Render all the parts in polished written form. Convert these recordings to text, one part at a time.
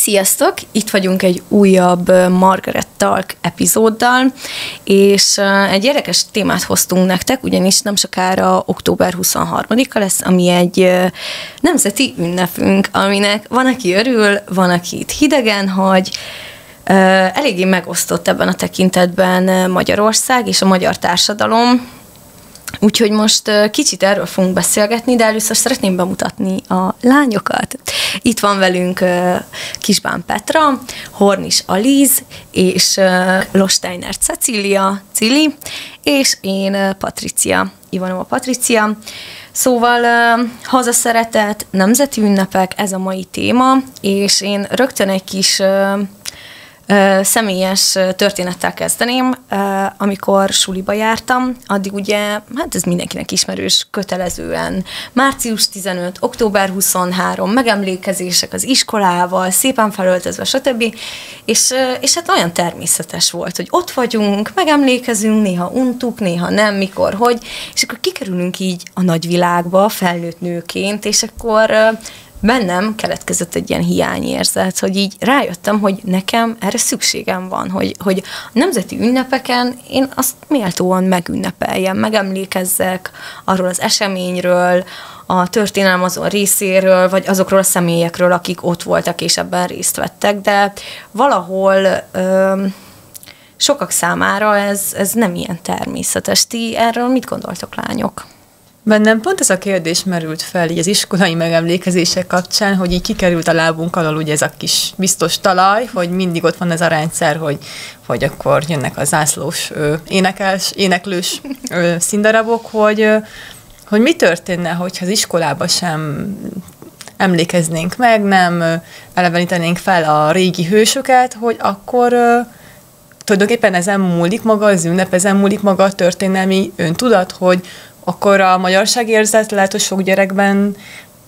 Sziasztok! Itt vagyunk egy újabb Margaret Talk epizóddal, és egy érdekes témát hoztunk nektek, ugyanis nem sokára október 23-a lesz, ami egy nemzeti ünnepünk, aminek van, aki örül, van, aki itt hidegen hagy. Eléggé megosztott ebben a tekintetben Magyarország és a magyar társadalom, úgyhogy most kicsit erről fogunk beszélgetni, de először szeretném bemutatni a lányokat. Itt van velünk Kisbán Petra, Hornis Alíz és Losteiner Cecília, Cili, és én Patricia, Ivanova Patricia. Szóval hazaszeretet, nemzeti ünnepek, ez a mai téma, és én rögtön egy kis személyes történettel kezdeném. Amikor suliba jártam, addig ugye, hát ez mindenkinek ismerős, kötelezően március 15, október 23, megemlékezések az iskolával, szépen felöltözve, stb. És hát olyan természetes volt, hogy ott vagyunk, megemlékezünk, néha untuk, néha nem, mikor, hogy, és akkor kikerülünk így a nagyvilágba felnőtt nőként, és akkor bennem keletkezett egy ilyen hiányérzet, hogy így rájöttem, hogy nekem erre szükségem van, hogy a nemzeti ünnepeken én azt méltóan megünnepeljem, megemlékezzek arról az eseményről, a történelem azon részéről, vagy azokról a személyekről, akik ott voltak és ebben részt vettek, de valahol sokak számára ez nem ilyen természetes. Ti erről mit gondoltok, lányok? Bennem pont ez a kérdés merült fel így az iskolai megemlékezések kapcsán, hogy így kikerült a lábunk alól ugye ez a kis biztos talaj, hogy mindig ott van ez a rendszer, hogy akkor jönnek a zászlós éneklős színdarabok, hogy mi történne, hogyha az iskolába sem emlékeznénk meg, nem elevenítenénk fel a régi hősöket, hogy akkor tulajdonképpen ezen múlik maga az ünnep, ezen múlik maga a történelmi öntudat, hogy akkor a magyarságérzet lehet, hogy sok gyerekben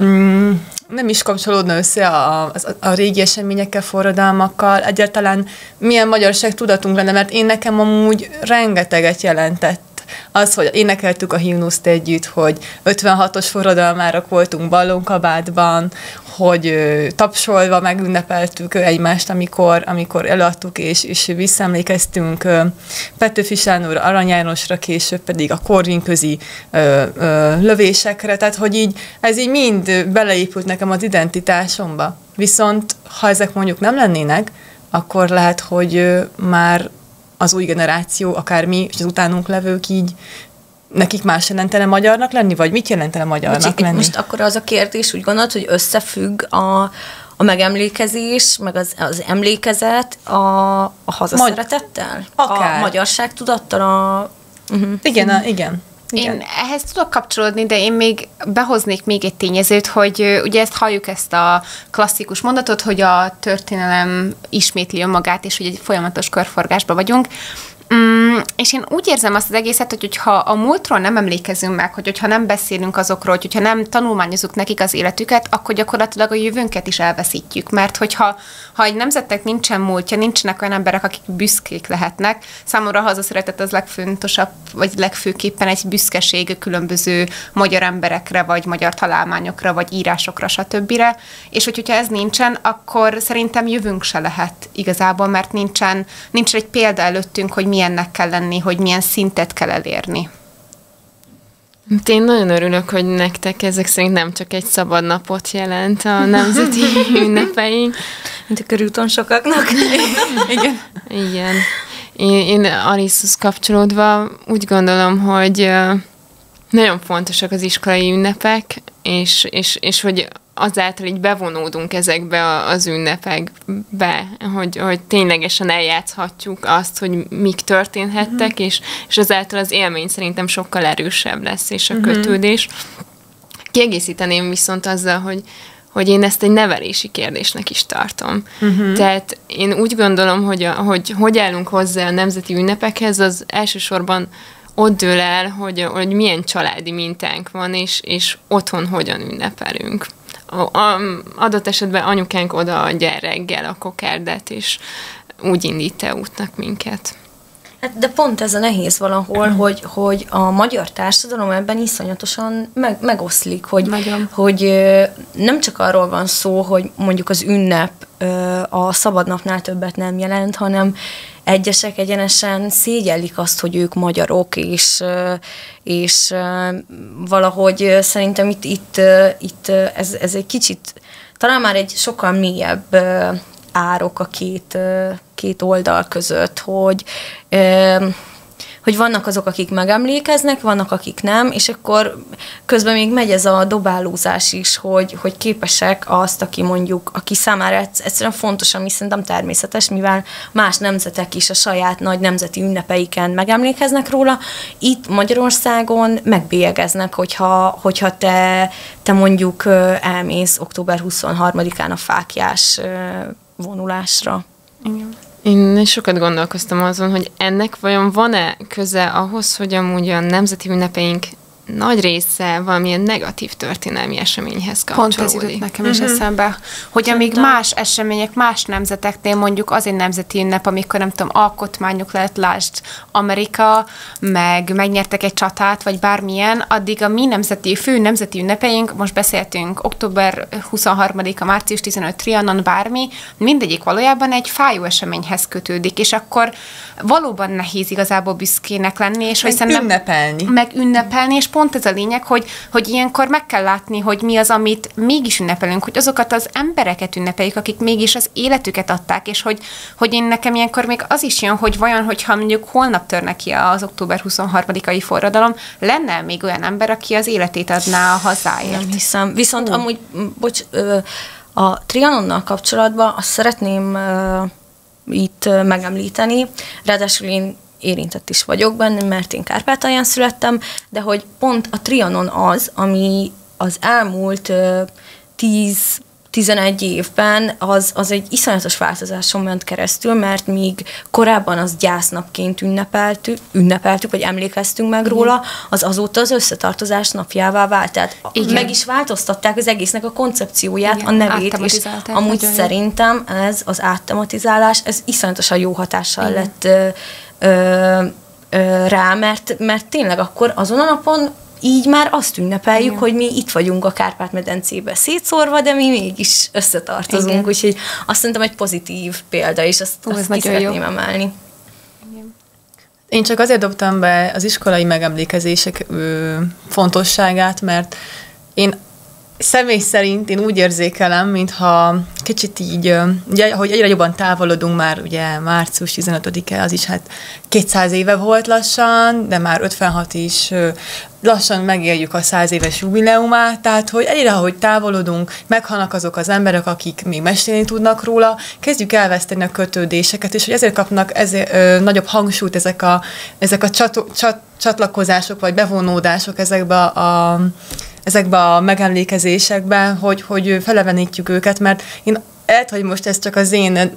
nem is kapcsolódna össze a régi eseményekkel, forradalmakkal. Egyáltalán milyen magyarság tudatunk lenne, mert én nekem amúgy rengeteget jelentett az, hogy énekeltük a himnuszt együtt, hogy 56-os forradalmárak voltunk ballonkabátban, hogy tapsolva megünnepeltük egymást, amikor előadtuk, és visszaemlékeztünk Petőfi Sándorra, Arany Jánosra, később pedig a korvényközi lövésekre, tehát hogy így ez így mind beleépült nekem az identitásomba. Viszont ha ezek mondjuk nem lennének, akkor lehet, hogy már az új generáció, akár mi, és az utánunk levők így, nekik más jelentene magyarnak lenni, vagy mit jelentene magyarnak lenni? Most akkor az a kérdés, úgy gondolod, hogy összefügg a megemlékezés, meg az emlékezet a hazaszeretettel? Akár. A magyarságtudattal? Igen. Én ehhez tudok kapcsolódni, de én még behoznék még egy tényezőt, hogy ugye halljuk ezt a klasszikus mondatot, hogy a történelem ismétli önmagát, és hogy egy folyamatos körforgásban vagyunk. És én úgy érzem azt az egészet, hogyha a múltról nem emlékezünk meg, hogyha nem beszélünk azokról, hogyha nem tanulmányozunk nekik az életüket, akkor gyakorlatilag a jövőnket is elveszítjük. Mert hogyha egy nemzetnek nincsen múltja, nincsenek olyan emberek, akik büszkék lehetnek, számomra a hazaszeretet az legfontosabb, vagy legfőképpen egy büszkeség különböző magyar emberekre, vagy magyar találmányokra, vagy írásokra, stb. És hogyha ez nincsen, akkor szerintem jövőnk se lehet igazából, mert nincsen egy példa előttünk, hogy milyennek kell lenni, hogy milyen szintet kell elérni. Én nagyon örülök, hogy nektek ezek szerint nem csak egy szabad napot jelent a nemzeti ünnepeink. Mint a körúton sokaknak. Igen. Én Alicehoz kapcsolódva úgy gondolom, hogy nagyon fontosak az iskolai ünnepek, és hogy azáltal így bevonódunk ezekbe az ünnepekbe, hogy ténylegesen eljátszhatjuk azt, hogy mik történhettek, és azáltal az élmény szerintem sokkal erősebb lesz, és a kötődés. Kiegészíteném viszont azzal, hogy én ezt egy nevelési kérdésnek is tartom. Tehát én úgy gondolom, hogy állunk hozzá a nemzeti ünnepekhez, az elsősorban ott dől el, hogy milyen családi mintánk van, és otthon hogyan ünnepelünk. Adott esetben anyukánk odaadja reggel a kokárdát, és úgy indít el útnak minket. Hát de pont ez a nehéz valahol, hogy a magyar társadalom ebben iszonyatosan megoszlik, hogy nem csak arról van szó, hogy mondjuk az ünnep a szabadnapnál többet nem jelent, hanem egyesek egyenesen szégyellik azt, hogy ők magyarok, és valahogy szerintem itt ez egy kicsit, talán már egy sokkal mélyebb árok a két oldal között, hogy vannak azok, akik megemlékeznek, vannak, akik nem, és akkor közben még megy ez a dobálózás is, hogy képesek azt, aki számára egyszerűen fontos, ami szerintem természetes, mivel más nemzetek is a saját nagy nemzeti ünnepeiken megemlékeznek róla. Itt Magyarországon megbélyegeznek, hogyha te mondjuk elmész október 23-án a fáklyás vonulásra. Igen. Én sokat gondolkoztam azon, hogy ennek vajon van-e köze ahhoz, hogy amúgy a nemzeti ünnepeink nagy része valamilyen negatív történelmi eseményhez kapcsolódik. Pont ez jutott nekem is eszembe, hogy amíg más események, más nemzeteknél mondjuk az egy nemzeti ünnep, amikor nem tudom, alkotmányuk lett, lásd Amerika, meg megnyertek egy csatát, vagy bármilyen, addig a mi fő nemzeti ünnepeink, most beszéltünk október 23-a, március 15, Trianon, bármi, mindegyik valójában egy fájó eseményhez kötődik, és akkor valóban nehéz igazából büszkének lenni, és hogy meg ünnepelni, és pont ez a lényeg, hogy ilyenkor meg kell látni, hogy mi az, amit mégis ünnepelünk, hogy azokat az embereket ünnepeljük, akik mégis az életüket adták, és hogy én nekem ilyenkor még az is jön, hogy vajon, hogyha mondjuk holnap törne ki az október 23-ai forradalom, lenne még olyan ember, aki az életét adná a hazáért. Nem hiszem. Viszont amúgy, a Trianonnal kapcsolatban azt szeretném itt megemlíteni, ráadásul én érintett is vagyok benne, mert én Kárpátalján születtem, de hogy pont a Trianon az, ami az elmúlt 10-11 évben az egy iszonyatos változáson ment keresztül, mert míg korábban az gyásznapként ünnepeltük, vagy emlékeztünk meg róla, az azóta az összetartozás napjává vált. Tehát meg is változtatták az egésznek a koncepcióját, a nevét, és amúgy szerintem ez az áttematizálás, ez iszonyatosan jó hatással lett rá, mert tényleg akkor azon a napon így már azt ünnepeljük, hogy mi itt vagyunk a Kárpát-medencébe szétszórva, de mi mégis összetartozunk, igen. Úgyhogy azt szerintem egy pozitív példa, és azt ki szeretném emelni. Én csak azért dobtam be az iskolai megemlékezések fontosságát, mert én személy szerint én úgy érzékelem, mintha kicsit így, ugye, hogy egyre jobban távolodunk már, ugye március 15-e, az is hát 200 éve volt lassan, de már 56 is, lassan megéljük a 100 éves jubileumát, tehát hogy egyre, ahogy távolodunk, meghalnak azok az emberek, akik még mesélni tudnak róla, kezdjük elveszteni a kötődéseket, és hogy ezért kapnak nagyobb hangsúlyt ezek a csatlakozások, vagy bevonódások ezekbe a megemlékezésekben, hogy felevenítjük őket, mert én lehet, hogy most ez csak az én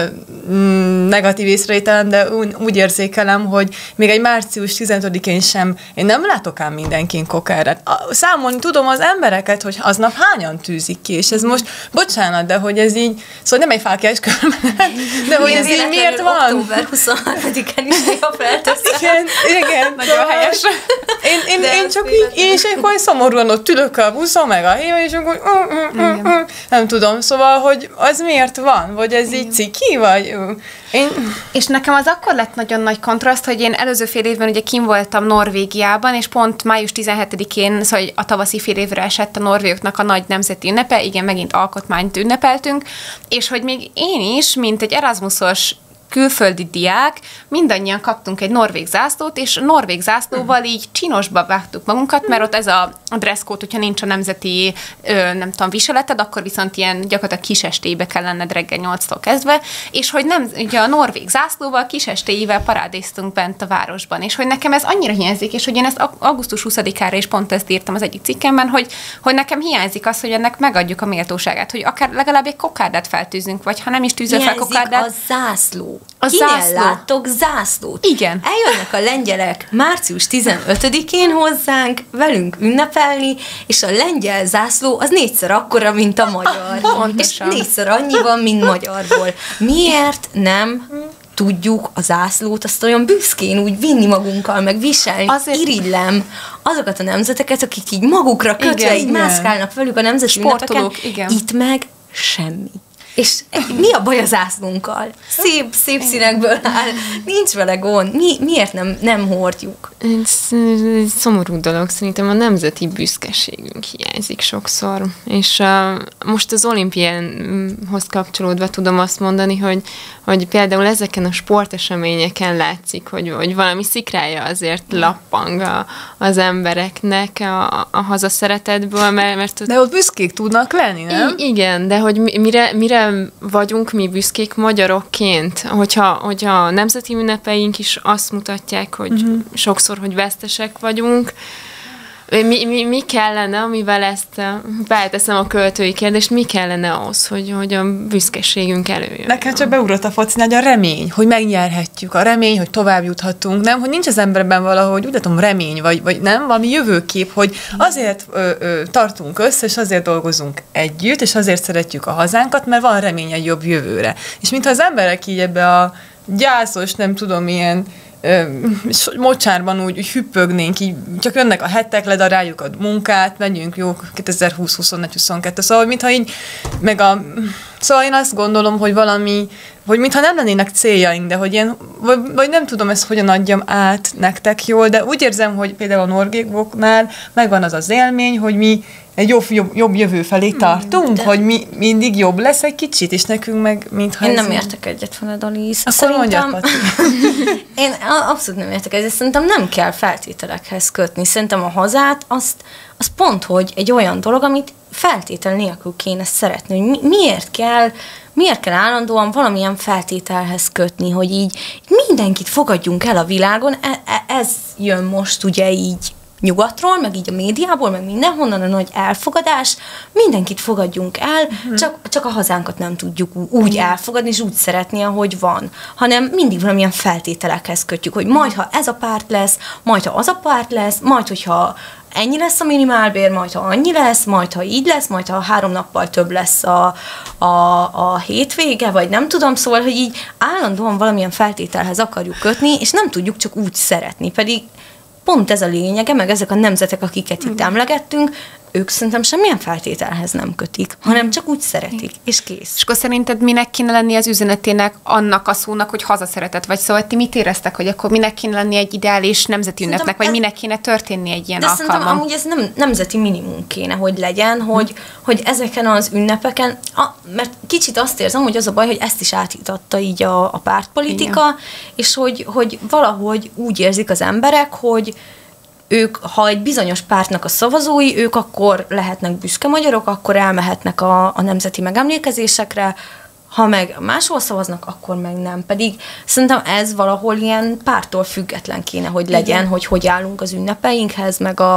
negatív észrevételem, de úgy érzékelem, hogy még egy március 15-én sem, én nem látok ám mindenkin kokárát. Számolni tudom az embereket, hogy aznap hányan tűzik ki, és ez most, bocsánat, de hogy ez így, szóval nem egy fáklyás körmenet, de hogy ez így miért van? Október 23-án is néha felteszem. Igen. Nagyon helyes. Én csak így, és akkor szomorúan ott ülök a buszon, meg a héven, és akkor nem tudom, szóval, hogy az miért van? Vagy ez így ciki? Vagy És nekem az akkor lett nagyon nagy kontraszt, hogy én előző fél évben ugye kim voltam Norvégiában, és pont május 17-én, szóval a tavaszi fél évre esett a norvégoknak a nagy nemzeti ünnepe, igen, megint alkotmányt ünnepeltünk, és hogy még én is, mint egy Erasmusos külföldi diák, mindannyian kaptunk egy norvég zászlót, és norvég zászlóval így csinosba vágtuk magunkat, mert ott ez a dresszkód, hogyha nincs a nemzeti, nem tudom, viseleted, akkor viszont ilyen gyakorlatilag kisestébe kell lenned reggel 8-tól kezdve, és hogy nem, ugye a norvég zászlóval kisestéivel parádéztunk bent a városban, és hogy nekem ez annyira hiányzik, és hogy én ezt augusztus 20-ára is pont ezt írtam az egyik cikkemben, hogy nekem hiányzik az, hogy ennek megadjuk a méltóságát, hogy akár legalább egy kokárdát feltűzünk, vagy ha nem is tűzöl fel kokárdát. A zászló. Kinél láttok zászlót? Igen. Eljönnek a lengyelek március 15-én hozzánk, velünk ünnepelni, és a lengyel zászló az 4-szer akkora, mint a magyar. Pontosan. És 4-szer annyi van, mint magyarból. Miért nem tudjuk a zászlót azt olyan büszkén úgy vinni magunkkal, meg viselni? Azért irigylem azokat a nemzeteket, akik így magukra kötve, így mászkálnak velük a nemzeti ünnepeken. Itt meg semmi. És mi a baj az zászlónkkal? Szép színekből áll, nincs vele gond. Miért nem hordjuk? Ez szomorú dolog, szerintem a nemzeti büszkeségünk hiányzik sokszor. És most az olimpiánhoz kapcsolódva tudom azt mondani, hogy például ezeken a sporteseményeken látszik, hogy valami szikrája azért lappang az embereknek a hazaszeretetből, mert de ott büszkék tudnak lenni, nem? Igen, de hogy mire vagyunk mi büszkék magyarokként, hogyha a nemzeti ünnepeink is azt mutatják, hogy sokszor, hogy vesztesek vagyunk. Mi kellene, amivel ezt felteszem a költői kérdést, mi kellene ahhoz, hogy a büszkeségünk előjön? Nekem csak beugrott a focinál, a remény, hogy megnyerhetjük, a remény, hogy tovább juthatunk, nem? Hogy nincs az emberben valahogy, úgy látom, remény, vagy nem? Valami jövőkép, hogy azért tartunk össze, és azért dolgozunk együtt, és azért szeretjük a hazánkat, mert van remény egy jobb jövőre. És mintha az emberek így ebbe a gyászos, nem tudom, ilyen mocsárban úgy hüppögnénk, így csak jönnek a hetek, ledaráljuk a munkát, megyünk, jó, 2020, 21, 22, szóval mintha így, szóval én azt gondolom, hogy valami, hogy mintha nem lennének céljaink, de hogy ilyen, vagy nem tudom ezt hogyan adjam át nektek jól, de úgy érzem, hogy például a norvégoknál megvan az az élmény, hogy mi egy jobb jövő felé tartunk, hogy mindig jobb lesz egy kicsit, és nekünk meg mintha... Én nem értek egyet veled, Alice. Akkor mondjad, Pati. Én abszolút nem értek egyet. Szerintem nem kell feltételekhez kötni. Szerintem a hazát, az pont, hogy egy olyan dolog, amit feltétel nélkül kéne szeretni, hogy miért kell állandóan valamilyen feltételhez kötni, hogy így mindenkit fogadjunk el a világon, ez jön most ugye így nyugatról, meg így a médiából, meg mindenhonnan a nagy elfogadás, mindenkit fogadjunk el, csak a hazánkat nem tudjuk úgy elfogadni, és úgy szeretni, ahogy van, hanem mindig valamilyen feltételekhez kötjük, hogy majd, ha ez a párt lesz, majd, ha az a párt lesz, majd, hogyha ennyi lesz a minimálbér, majd, ha annyi lesz, majd, ha így lesz, majd, ha 3 nappal több lesz a hétvége, vagy nem tudom, szóval, hogy így állandóan valamilyen feltételhez akarjuk kötni, és nem tudjuk csak úgy szeretni, pedig pont ez a lényege, meg ezek a nemzetek, akiket itt emlegettünk, ők szerintem semmilyen feltételhez nem kötik, hanem csak úgy szeretik, és kész. És akkor szerinted minek kéne lenni az üzenetének annak a szónak, hogy hazaszeretet? Vagy szóval ti mit éreztek, hogy akkor minek kéne lenni egy ideális nemzeti ünnepnek, vagy minek kéne történni egy ilyen alkalmon? De szerintem amúgy ez nem nemzeti minimum kéne, hogy legyen, hogy ezeken az ünnepeken, mert kicsit azt érzem, hogy az a baj, hogy ezt is átítatta így a pártpolitika, igen. És hogy valahogy úgy érzik az emberek, hogy ők, ha egy bizonyos pártnak a szavazói, ők akkor lehetnek büszke magyarok, akkor elmehetnek a nemzeti megemlékezésekre, ha meg máshol szavaznak, akkor meg nem. Pedig szerintem ez valahol ilyen pártól független kéne, hogy legyen, hogy állunk az ünnepeinkhez,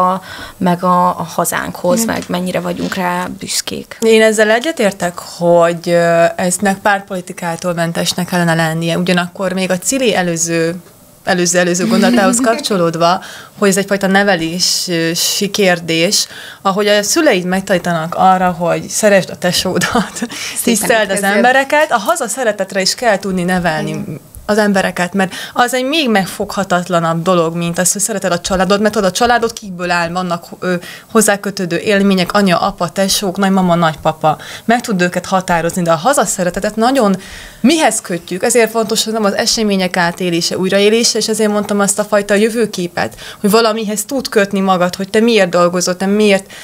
meg a hazánkhoz, igen. Meg mennyire vagyunk rá büszkék. Én ezzel egyetértek, hogy eznek pártpolitikától mentesnek kellene lennie. Ugyanakkor még a Cili előző gondolatához kapcsolódva, hogy ez egyfajta nevelési kérdés, ahogy a szüleid megtanítanak arra, hogy szeresd a tesódat, tiszteld az embereket, a hazaszeretetre is kell tudni nevelni az embereket, mert az egy még megfoghatatlanabb dolog, mint az, hogy szereted a családod, mert a családod kikből áll, vannak hozzákötődő élmények, anya, apa, tesók, nagymama, nagypapa. Meg tud őket határozni, de a hazaszeretetet nagyon mihez kötjük? Ezért fontos, hogy nem az események átélése, újraélése, és ezért mondtam azt a fajta jövőképet, hogy valamihez tud kötni magad, hogy te miért dolgozol, te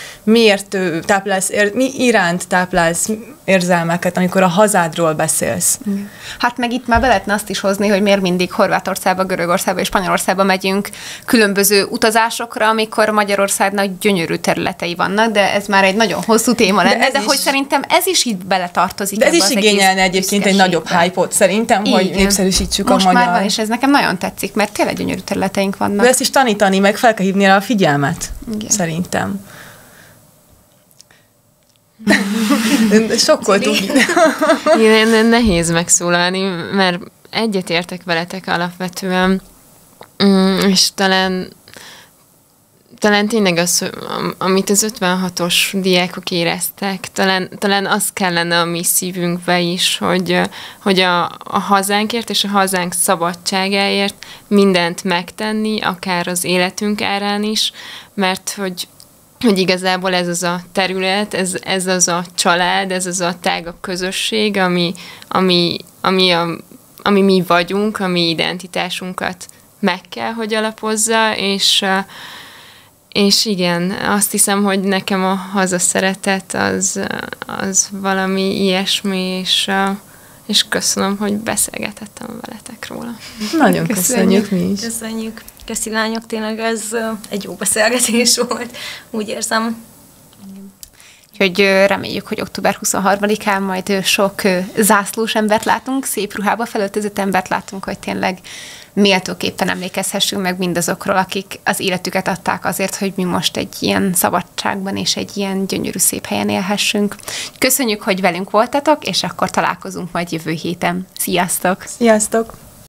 miért táplálsz, mi iránt táplálsz érzelmeket, amikor a hazádról beszélsz. Hát meg itt már be lehetne azt is hozni, hogy miért mindig Horvátországba, Görögországba és Spanyolországba megyünk különböző utazásokra, amikor Magyarországnak gyönyörű területei vannak, de ez már egy nagyon hosszú téma lenne, de hogy szerintem ez is itt beletartozik. De ez is igényelne egyébként egy nagyobb hype-ot szerintem, igen. Hogy népszerűsítsük most a magyar... Most már van, és ez nekem nagyon tetszik, mert tényleg gyönyörű területeink vannak. De ezt is tanítani, meg fel kell hívni rá a figyelmet, igen. Szerintem. Sokkoltunk. Igen, nehéz megszólalni, mert egyetértek veletek alapvetően, és talán tényleg az, amit az 56-os diákok éreztek, talán az kellene a mi szívünkbe is, hogy a hazánkért és a hazánk szabadságáért mindent megtenni, akár az életünk árán is, mert hogy hogy igazából ez az a terület, ez az a család, ez az a tágabb közösség, ami mi vagyunk, a mi identitásunkat meg kell, hogy alapozza, és igen, azt hiszem, hogy nekem a hazaszeretet az valami ilyesmi, és köszönöm, hogy beszélgethettem veletek róla. Nagyon köszönjük mi is. Köszönjük. Köszi lányok, tényleg ez egy jó beszélgetés volt, úgy érzem. Úgyhogy reméljük, hogy október 23-án majd sok zászlós embert látunk, szép ruhába felöltözött embert látunk, hogy tényleg méltóképpen emlékezhessünk meg mindazokról, akik az életüket adták azért, hogy mi most egy ilyen szabadságban és egy ilyen gyönyörű szép helyen élhessünk. Köszönjük, hogy velünk voltatok, és akkor találkozunk majd jövő héten. Sziasztok! Sziasztok!